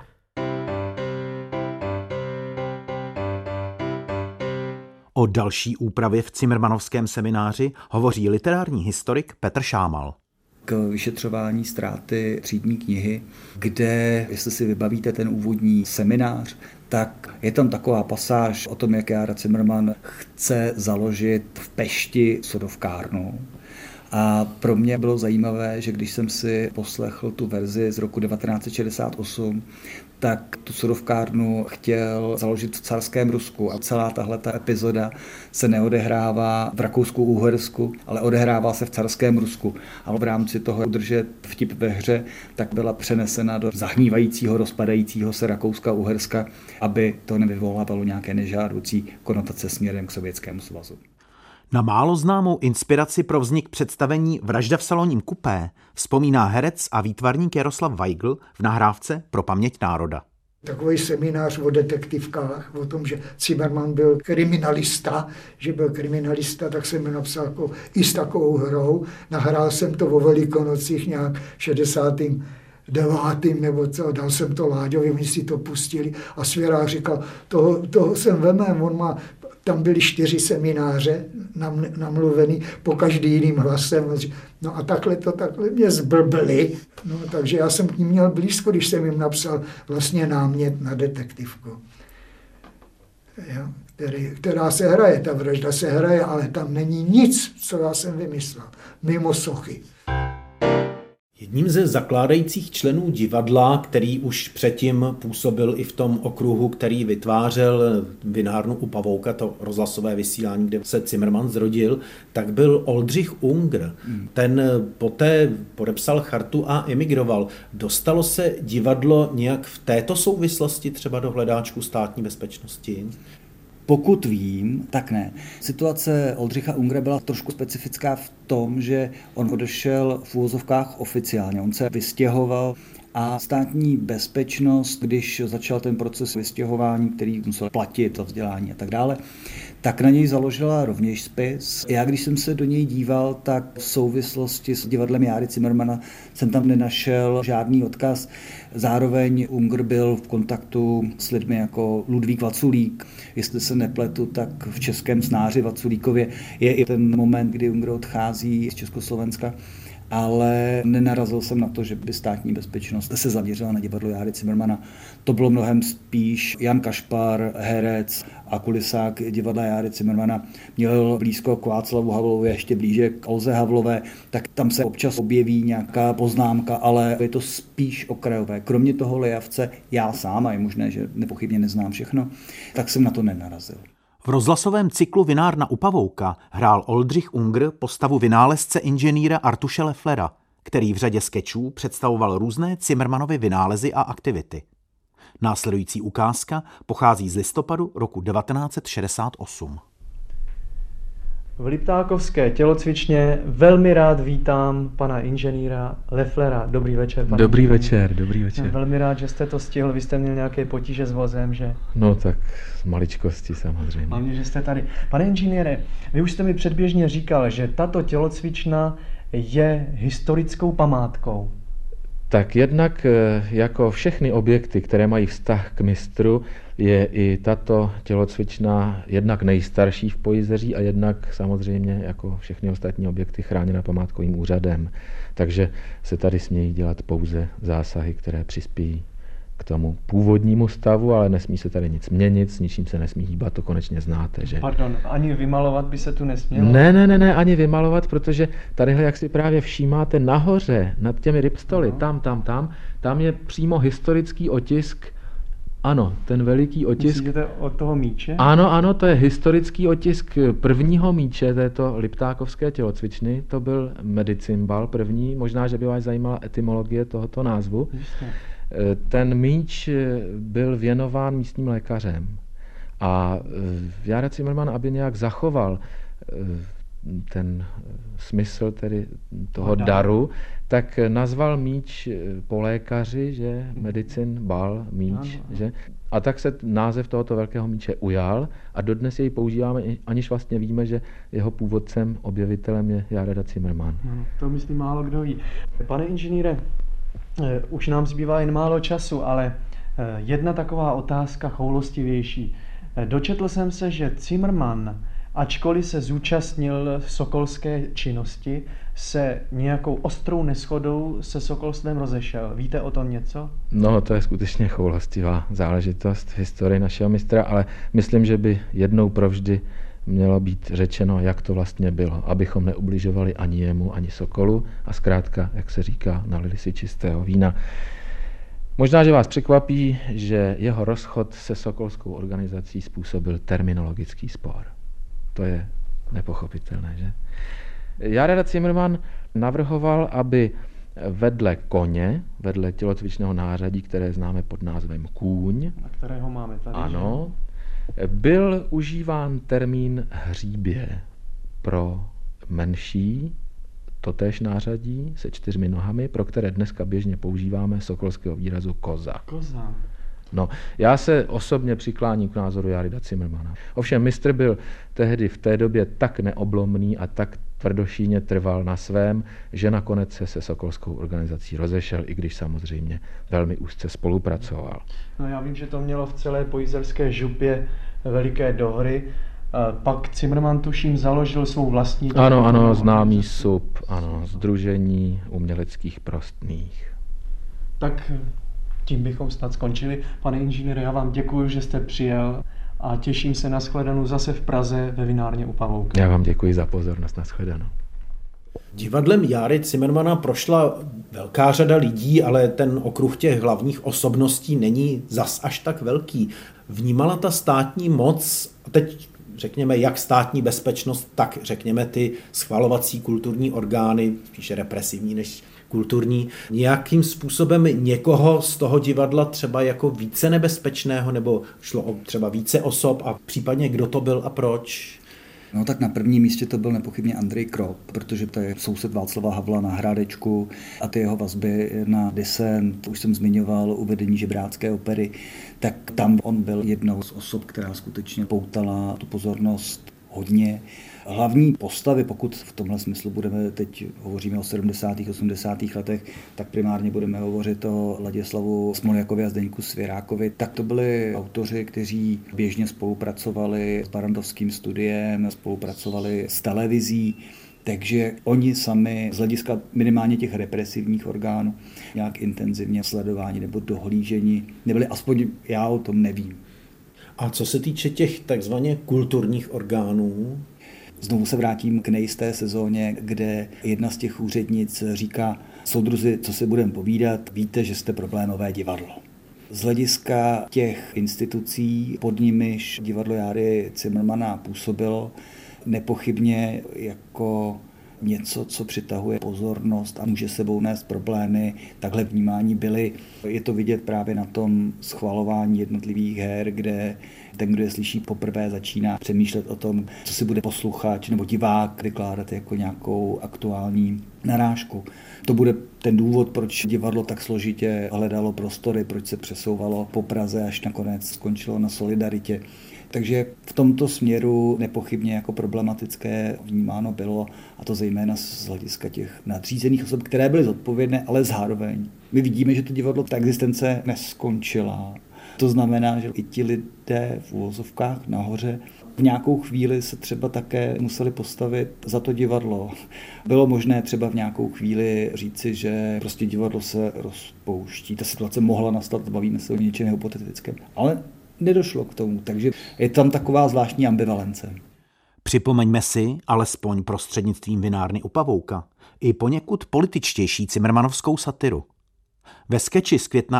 O další úpravě v Zimmermannovském semináři hovoří literární historik Petr Šámal. K vyšetřování ztráty třídní knihy, kde, jestli si vybavíte ten úvodní seminář, tak je tam taková pasáž o tom, jak Jára Zimmermann chce založit v Pešti sodovkárnu. A pro mě bylo zajímavé, že když jsem si poslechl tu verzi z roku 1968, tak tu sodovkárnu chtěl založit v carském Rusku a celá tahleta epizoda se neodehrává v Rakousku-Uhersku, ale odehrává se v carském Rusku. A v rámci toho udržet vtip ve hře, tak byla přenesena do zahnívajícího, rozpadajícího se Rakouska-Uherska, aby to nevyvolávalo nějaké nežádoucí konotace směrem k Sovětskému svazu. Na málo známou inspiraci pro vznik představení Vražda v salonním kupé vzpomíná herec a výtvarník Jaroslav Weigl v nahrávce Pro paměť národa. Takový seminář o detektivkách, o tom, že Zimmermann byl kriminalista, tak jsem mi napsal jako i s takovou hrou. Nahrál jsem to o Velikonocích nějak 69. nebo co, dal jsem to Láďovi, oni si to pustili a Svěrák říkal, toho jsem vemem, on má, tam byly 4 semináře namluvený po každý jiným hlasem. No a takhle mě zblbli, no, takže já jsem k ním měl blízko, když jsem jim napsal vlastně námět na detektivku. Která se hraje, ta vražda se hraje, ale tam není nic, co já jsem vymyslel, mimo sochy. Jedním ze zakládajících členů divadla, který už předtím působil i v tom okruhu, který vytvářel vinárnu u Pavouka, to rozhlasové vysílání, kde se Zimmermann zrodil, tak byl Oldřich Unger. Ten poté podepsal chartu a emigroval. Dostalo se divadlo nějak v této souvislosti třeba do hledáčku státní bezpečnosti? Pokud vím, tak ne. Situace Oldřicha Ungera byla trošku specifická v tom, že on odešel v úvozovkách oficiálně. On se vystěhoval a státní bezpečnost, když začal ten proces vystěhování, který musel platit, to vzdělání a tak dále, tak na něj založila rovněž spis. Já, když jsem se do něj díval, tak v souvislosti s divadlem Járy Zimmermana jsem tam nenašel žádný odkaz. Zároveň Unger byl v kontaktu s lidmi jako Ludvík Vaculík. Jestli se nepletu, tak v Českém Snáři Vaculíkově je i ten moment, kdy Unger odchází z Československa. Ale nenarazil jsem na to, že by státní bezpečnost se zaměřila na divadlo Járy Zimmermana. To bylo mnohem spíš Jan Kašpar, herec a kulisák divadla Járy Zimmermana. Měl blízko k Václavu Havlovi, ještě blíže k Olze Havlové, tak tam se občas objeví nějaká poznámka, ale je to spíš okrajové. Kromě toho Lejavce, já sám, a je možné, že nepochybně neznám všechno, tak jsem na to nenarazil. V rozhlasovém cyklu Vinárna u Pavouka hrál Oldřich Unger postavu vynálezce inženýra Artuše Lefflera, který v řadě skečů představoval různé Zimmermannovy vynálezy a aktivity. Následující ukázka pochází z listopadu roku 1968. V Liptákovské tělocvičně velmi rád vítám pana inženýra Lefflera. Dobrý večer, pane Dobrý večer. Velmi rád, že jste to stihl. Vy jste měl nějaké potíže s vozem, že? No tak z maličkosti samozřejmě. Hlavně, že jste tady. Pane inženýre, vy už jste mi předběžně říkal, že tato tělocvična je historickou památkou. Tak jednak jako všechny objekty, které mají vztah k mistru, je i tato tělocvična jednak nejstarší v Pojizeří a jednak samozřejmě jako všechny ostatní objekty chráněna památkovým úřadem. Takže se tady smějí dělat pouze zásahy, které přispějí k tomu původnímu stavu, ale nesmí se tady nic měnit, s ničím se nesmí hýbat, to konečně znáte, že? Pardon, ani vymalovat by se tu nesmělo? Ne, ani vymalovat, protože tadyhle, jak si právě všímáte nahoře, nad těmi ripstoly, tam je přímo historický otisk. Ano, ten veliký otisk. Myslíte od toho míče? Ano, to je historický otisk prvního míče této liptákovské tělocvičny. To byl medicimbal první, možná, že by vás zajímala etymologie tohoto názvu. Jistě. Ten míč byl věnován místním lékařem a Jára Zimmermann, aby nějak zachoval ten smysl tedy toho daru, tak nazval míč po lékaři, že medicin, bal, míč, že? A tak se název tohoto velkého míče ujal a dodnes jej používáme, aniž vlastně víme, že jeho původcem, objevitelem je Jára Zimmermann. To myslím málo kdo ví. Pane inženýre, už nám zbývá jen málo času, ale jedna taková otázka choulostivější. Dočetl jsem se, že Zimmermann, ačkoliv se zúčastnil sokolské činnosti, se nějakou ostrou neshodou se sokolstvem rozešel. Víte o tom něco? No, to je skutečně choulostivá záležitost v historii našeho mistra, ale myslím, že by jednou provždy mělo být řečeno, jak to vlastně bylo, abychom neubližovali ani jemu, ani Sokolu a zkrátka, jak se říká, nalili si čistého vína. Možná, že vás překvapí, že jeho rozchod se sokolskou organizací způsobil terminologický spor. To je nepochopitelné, že? Jára Cimrman navrhoval, aby vedle koně, vedle tělocvičného nářadí, které známe pod názvem kůň, a kterého máme tady, ano, byl užíván termín hříbě pro menší totéž nářadí se 4 nohami, pro které dneska běžně používáme sokolského výrazu koza. Koza. No, já se osobně přikláním k názoru Járida Cimrmana. Ovšem mistr byl tehdy v té době tak neoblomný a tak tvrdošíně trval na svém, že nakonec se sokolskou organizací rozešel, i když samozřejmě velmi úzce spolupracoval. No, já vím, že to mělo v celé pojizerské župě veliké dohry. Pak Cimrman, tuším, založil svou vlastní... Ano, známý SUP, ano, Sdružení uměleckých prostných. Tak tím bychom snad skončili. Pane inženýre, já vám děkuji, že jste přijel a těším se na shledanou zase v Praze ve vinárně u Pavouka. Já vám děkuji za pozornost, na shledanou. Divadlem Járy Cimrmana prošla velká řada lidí, ale ten okruh těch hlavních osobností není zas až tak velký. Vnímala ta státní moc, a teď řekněme jak státní bezpečnost, tak řekněme ty schvalovací kulturní orgány, spíše represivní než kulturní, nějakým způsobem někoho z toho divadla třeba jako více nebezpečného, nebo šlo o třeba více osob a případně kdo to byl a proč? No tak na prvním místě to byl nepochybně Andrej Krop, protože to je soused Václava Havla na Hrádečku a ty jeho vazby na disent, už jsem zmiňoval uvedení Žebrácké opery, tak tam on byl jednou z osob, která skutečně poutala tu pozornost hodně. Hlavní postavy, pokud v tomhle smyslu teď hovoříme o 70. 80. letech, tak primárně budeme hovořit o Ladislavu Smoljakovi a Zdeňku Svěrákovi, tak to byli autoři, kteří běžně spolupracovali s Barrandovským studiem, spolupracovali s televizí, takže oni sami z hlediska minimálně těch represivních orgánů nějak intenzivně sledování nebo dohlížení nebyli, aspoň já o tom nevím. A co se týče těch takzvaně kulturních orgánů? Znovu se vrátím k nejisté sezóně, kde jedna z těch úřednic říká: soudruzi, co si budeme povídat, víte, že jste problémové divadlo. Z hlediska těch institucí, pod nimiž divadlo Járy Cimrmana působilo, nepochybně jako něco, co přitahuje pozornost a může sebou nést problémy, takhle vnímání byly. Je to vidět právě na tom schvalování jednotlivých her, kde ten, kdo je slyší poprvé, začíná přemýšlet o tom, co si bude posluchač nebo divák vykládat jako nějakou aktuální narážku. To bude ten důvod, proč divadlo tak složitě hledalo prostory, proč se přesouvalo po Praze, až nakonec skončilo na Solidaritě. Takže v tomto směru nepochybně jako problematické vnímáno bylo, a to zejména z hlediska těch nadřízených osob, které byly zodpovědné, ale zároveň my vidíme, že to divadlo, ta existence neskončila. To znamená, že i ti lidé v uvozovkách nahoře v nějakou chvíli se třeba také museli postavit za to divadlo. Bylo možné třeba v nějakou chvíli říci, že prostě divadlo se rozpouští. Ta situace mohla nastat, bavíme se o něčem hypotetickém, ale nedošlo k tomu, takže je tam taková zvláštní ambivalence. Připomeňme si, alespoň prostřednictvím vinárny u Pavouka, i poněkud političtější cimrmanovskou satiru. Ve skeči z května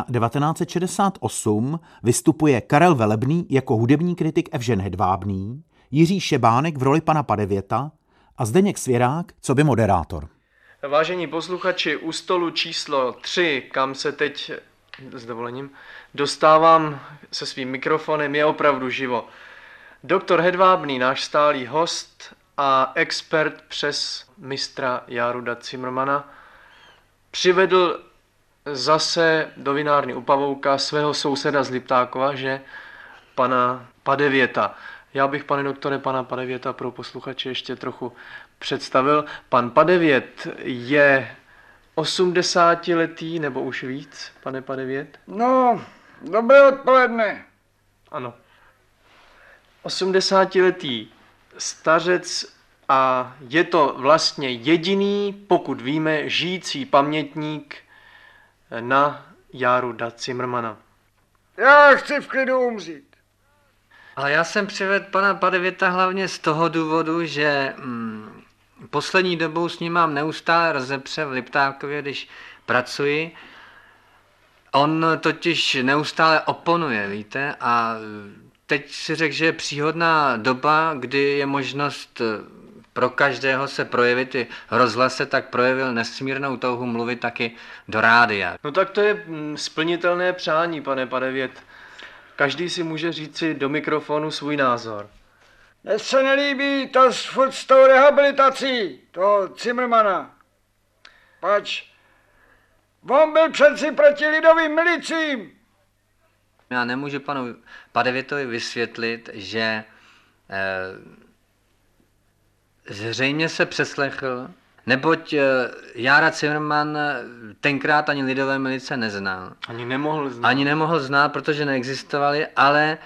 1968 vystupuje Karel Velebný jako hudební kritik Evžen Hedvábný, Jiří Šebánek v roli pana Padevěta a Zdeněk Svěrák coby moderátor. Vážení posluchači, u stolu číslo 3, kam se teď s dovolením dostávám se svým mikrofonem, je opravdu živo. Doktor Hedvábný, náš stálý host a expert přes mistra Járuda Cimrmana, přivedl zase do vinárny u Pavouka svého souseda z Liptákova, že pana Padevěta. Já bych, pane doktore, pana Padevěta pro posluchače ještě trochu představil. Pan Padevět je 80letý nebo už víc, pane Padevět? No, dobré odpoledne. Ano. 80letý stařec a je to vlastně jediný, pokud víme, žijící pamětník na Járuda Cimrmana. Já chci v klidu umřít. Ale já jsem přivedl pana Padevěta hlavně z toho důvodu, že poslední dobou s ním mám neustále rozepře v Liptákově, když pracuji. On totiž neustále oponuje, víte, a teď si řekl, že je příhodná doba, kdy je možnost pro každého se projevit i v rozhlase, tak projevil nesmírnou touhu mluvit taky do rádia. No tak to je splnitelné přání, pane Padevět. Každý si může říci do mikrofonu svůj názor. Mně se nelíbí to s tou rehabilitací, toho Zimmermana. Pač, on byl přeci proti lidovým milicím. Já nemůžu panu Padevětovi vysvětlit, že zřejmě se přeslechl, neboť Jára Zimmerman tenkrát ani lidové milice neznal. Ani nemohl znát, protože neexistovaly, ale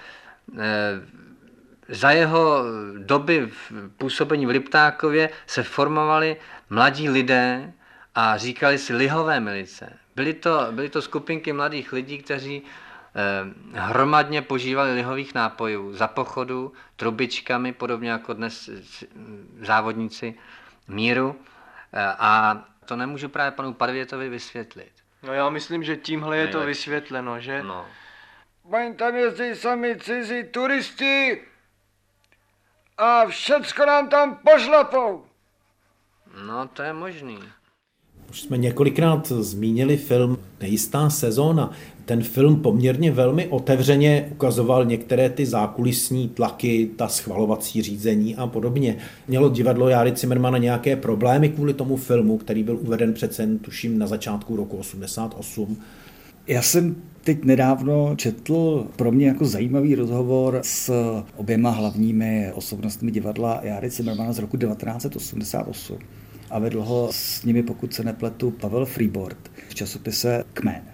za jeho doby v působení v Liptákově se formovali mladí lidé a říkali si lihové milice. Byly to skupinky mladých lidí, kteří hromadně požívali lihových nápojů za pochodu, trubičkami, podobně jako dnes závodníci míru. A to nemůžu právě panu Padevětovi vysvětlit. No já myslím, že tímhle je to vysvětleno, že? No. Oni tam jezdí sami cizí turisti a všecko nám tam pošlapou. No, to je možný. Už jsme několikrát zmínili film Nejistá sezóna. Ten film poměrně velmi otevřeně ukazoval některé ty zákulisní tlaky, ta schvalovací řízení a podobně. Mělo divadlo Járy Zimmermana nějaké problémy kvůli tomu filmu, který byl uveden přece tuším na začátku roku 88. Já jsem teď nedávno četl pro mě jako zajímavý rozhovor s oběma hlavními osobnostmi divadla Járy Zimmermana z roku 1988. A vedl ho s nimi, pokud se nepletu, Pavel Freeboard v časopise Kmen.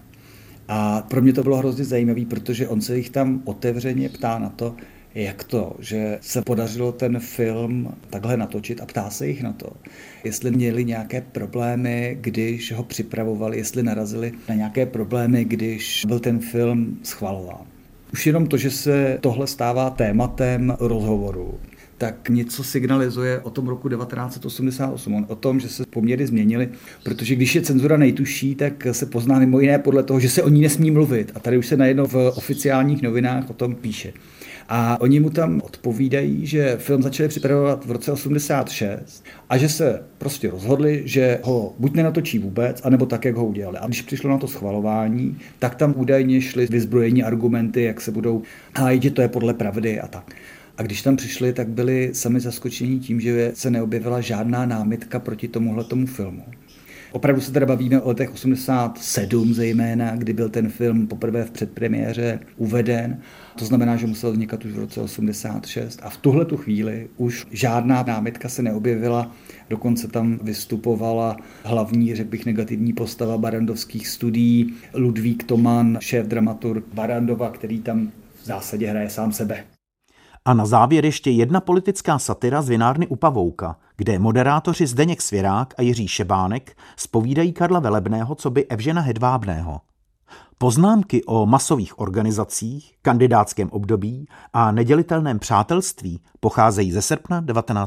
A pro mě to bylo hrozně zajímavé, protože on se jich tam otevřeně ptá na to, jak to, že se podařilo ten film takhle natočit a ptá se jich na to, jestli měli nějaké problémy, když ho připravovali, jestli narazili na nějaké problémy, když byl ten film schvalován. Už jenom to, že se tohle stává tématem rozhovoru, tak něco signalizuje o tom roku 1988, o tom, že se poměry změnily, protože když je cenzura nejtužší, tak se pozná mimo jiné podle toho, že se o ní nesmí mluvit. A tady už se najednou v oficiálních novinách o tom píše. A oni mu tam odpovídají, že film začali připravovat v roce 86 a že se prostě rozhodli, že ho buď nenatočí vůbec, anebo tak, jak ho udělali. A když přišlo na to schvalování, tak tam údajně šly vyzbrojení argumenty, jak se budou hájit, že to je podle pravdy a tak. A když tam přišli, tak byli sami zaskočení tím, že se neobjevila žádná námitka proti tomuhletomu filmu. Opravdu se teda bavíme o letech 87 zejména, kdy byl ten film poprvé v předpremiéře uveden. To znamená, že musel vznikat už v roce 86 a v tuhletu chvíli už žádná námitka se neobjevila. Dokonce tam vystupovala hlavní, řekl bych, negativní postava barandovských studií Ludvík Toman, šéf-dramaturg Barandova, který tam v zásadě hraje sám sebe. A na závěr ještě jedna politická satira z vinárny u Pavouka, kde moderátoři Zdeněk Svěrák a Jiří Šebánek zpovídají Karla Velebného coby Evžena Hedvábného. Poznámky o masových organizacích, kandidátském období a nedělitelném přátelství pocházejí ze srpna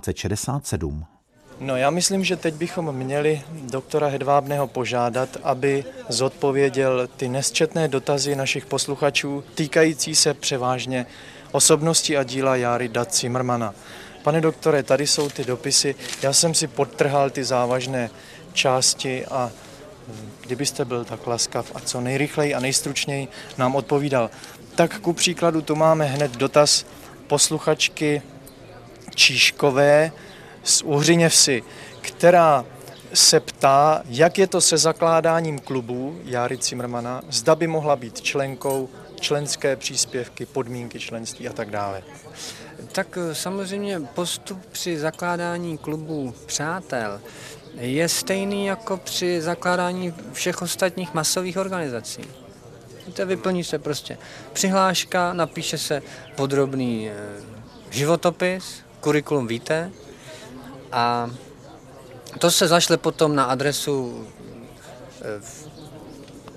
1967. No já myslím, že teď bychom měli doktora Hedvábného požádat, aby zodpověděl ty nesčetné dotazy našich posluchačů týkající se převážně osobnosti a díla Járy da Zimmermana. Pane doktore, tady jsou ty dopisy, já jsem si podtrhal ty závažné části a kdybyste byl tak laskav a co nejrychleji a nejstručněji nám odpovídal. Tak ku příkladu tu máme hned dotaz posluchačky Číškové z Uhřiněvsi, která se ptá, jak je to se zakládáním klubů Járy Zimmermana, zda by mohla být členkou, členské příspěvky, podmínky členství a tak dále. Tak samozřejmě postup při zakládání klubů přátel je stejný jako při zakládání všech ostatních masových organizací. To vyplní se prostě přihláška, napíše se podrobný životopis, kurikulum vitae a to se zašle potom na adresu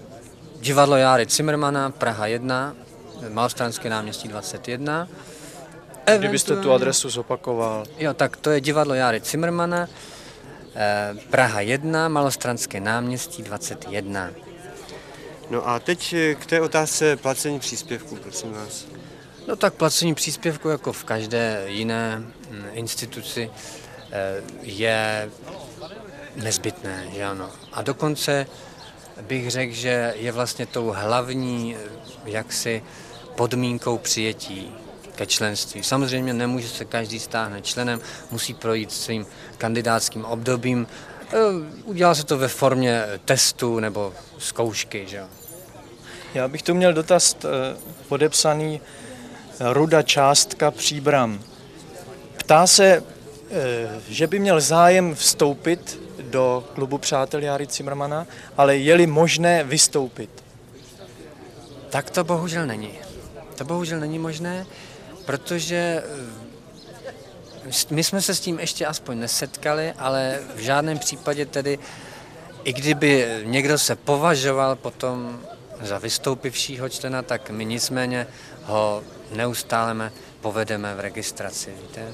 divadlo Járy Zimmermana, Praha 1, Malostranské náměstí 21 Kdybyste tu adresu zopakoval. Jo, tak to je divadlo Járy Cimrmana, Praha 1, Malostranské náměstí 21. No a teď k té otázce placení příspěvků, prosím vás. No tak placení příspěvku jako v každé jiné instituci je nezbytné, že ano. A dokonce bych řekl, že je vlastně tou hlavní jaksi podmínkou přijetí ke členství. Samozřejmě nemůže se každý stáhnout členem, musí projít svým kandidátským obdobím. Udělá se to ve formě testu nebo zkoušky, že jo. Já bych tu měl dotaz podepsaný Ruda Částka Příbram. Ptá se, že by měl zájem vstoupit do klubu přátel Járy Cimrmana, ale je-li možné vystoupit? Tak to bohužel není. To bohužel není možné, protože my jsme se s tím ještě aspoň nesetkali, ale v žádném případě tedy, i kdyby někdo se považoval potom za vystoupivšího člena, tak my nicméně ho neustále povedeme v registraci, víte?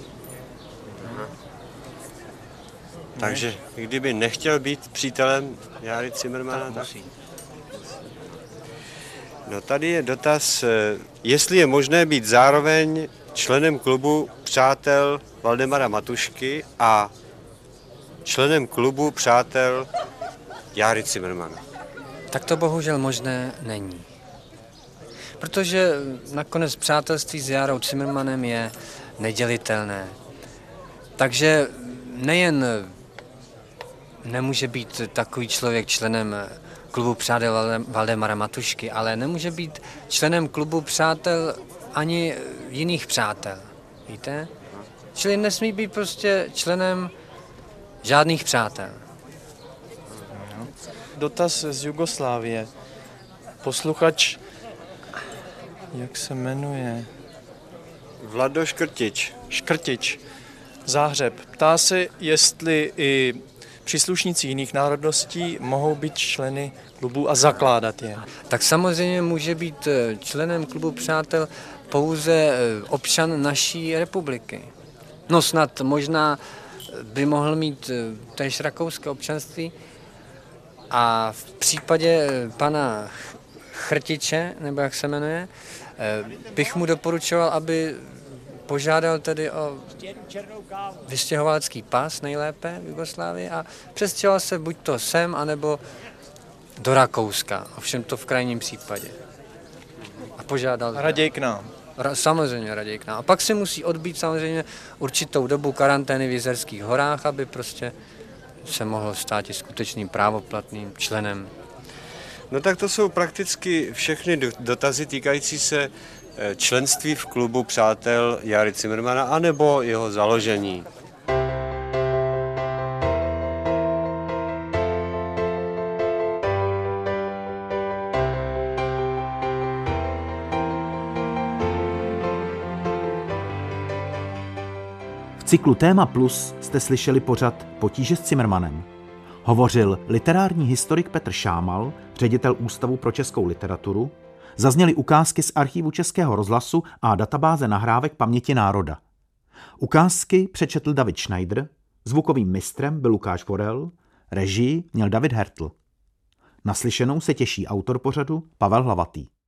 Takže kdyby nechtěl být přítelem Járy Cimrmana, tak musí. No tady je dotaz, jestli je možné být zároveň členem klubu přátel Valdemara Matušky a členem klubu přátel Járy Cimrmana. Tak to bohužel možné není. Protože nakonec přátelství s Járou Cimrmanem je nedělitelné. Takže nejen nemůže být takový člověk členem klubu přátel Valdemara Matušky, ale nemůže být členem klubu přátel ani jiných přátel, víte? Čili nesmí být prostě členem žádných přátel. Dotaz z Jugoslávie. Posluchač, jak se jmenuje? Vlado Škrtič. Škrtič. Záhřeb. Ptá se, jestli i příslušníci jiných národností mohou být členy klubu a zakládat je. Tak samozřejmě může být členem klubu přátel pouze občan naší republiky. No snad možná by mohl mít též rakouské občanství a v případě pana Chrtiče, nebo jak se jmenuje, bych mu doporučoval, aby požádal tedy o vystěhovalecký pas nejlépe v Jugoslávii a přestěhoval se buď to sem, anebo do Rakouska, ovšem to v krajním případě. A požádal... Raději k nám. Samozřejmě raději k nám. A pak si musí odbít samozřejmě určitou dobu karantény v Jizerských horách, aby prostě se mohl stát i skutečným právoplatným členem. No tak to jsou prakticky všechny dotazy týkající se členství v klubu přátel Járy Cimrmana anebo jeho založení. V cyklu Téma Plus jste slyšeli pořad Potíže s Cimrmanem. Hovořil literární historik Petr Šámal, ředitel Ústavu pro českou literaturu, zazněly ukázky z archivu Českého rozhlasu a databáze nahrávek Paměti národa. Ukázky přečetl David Schneider, zvukovým mistrem byl Lukáš Vorel, režii měl David Hertl. Naslyšenou se těší autor pořadu Pavel Hlavatý.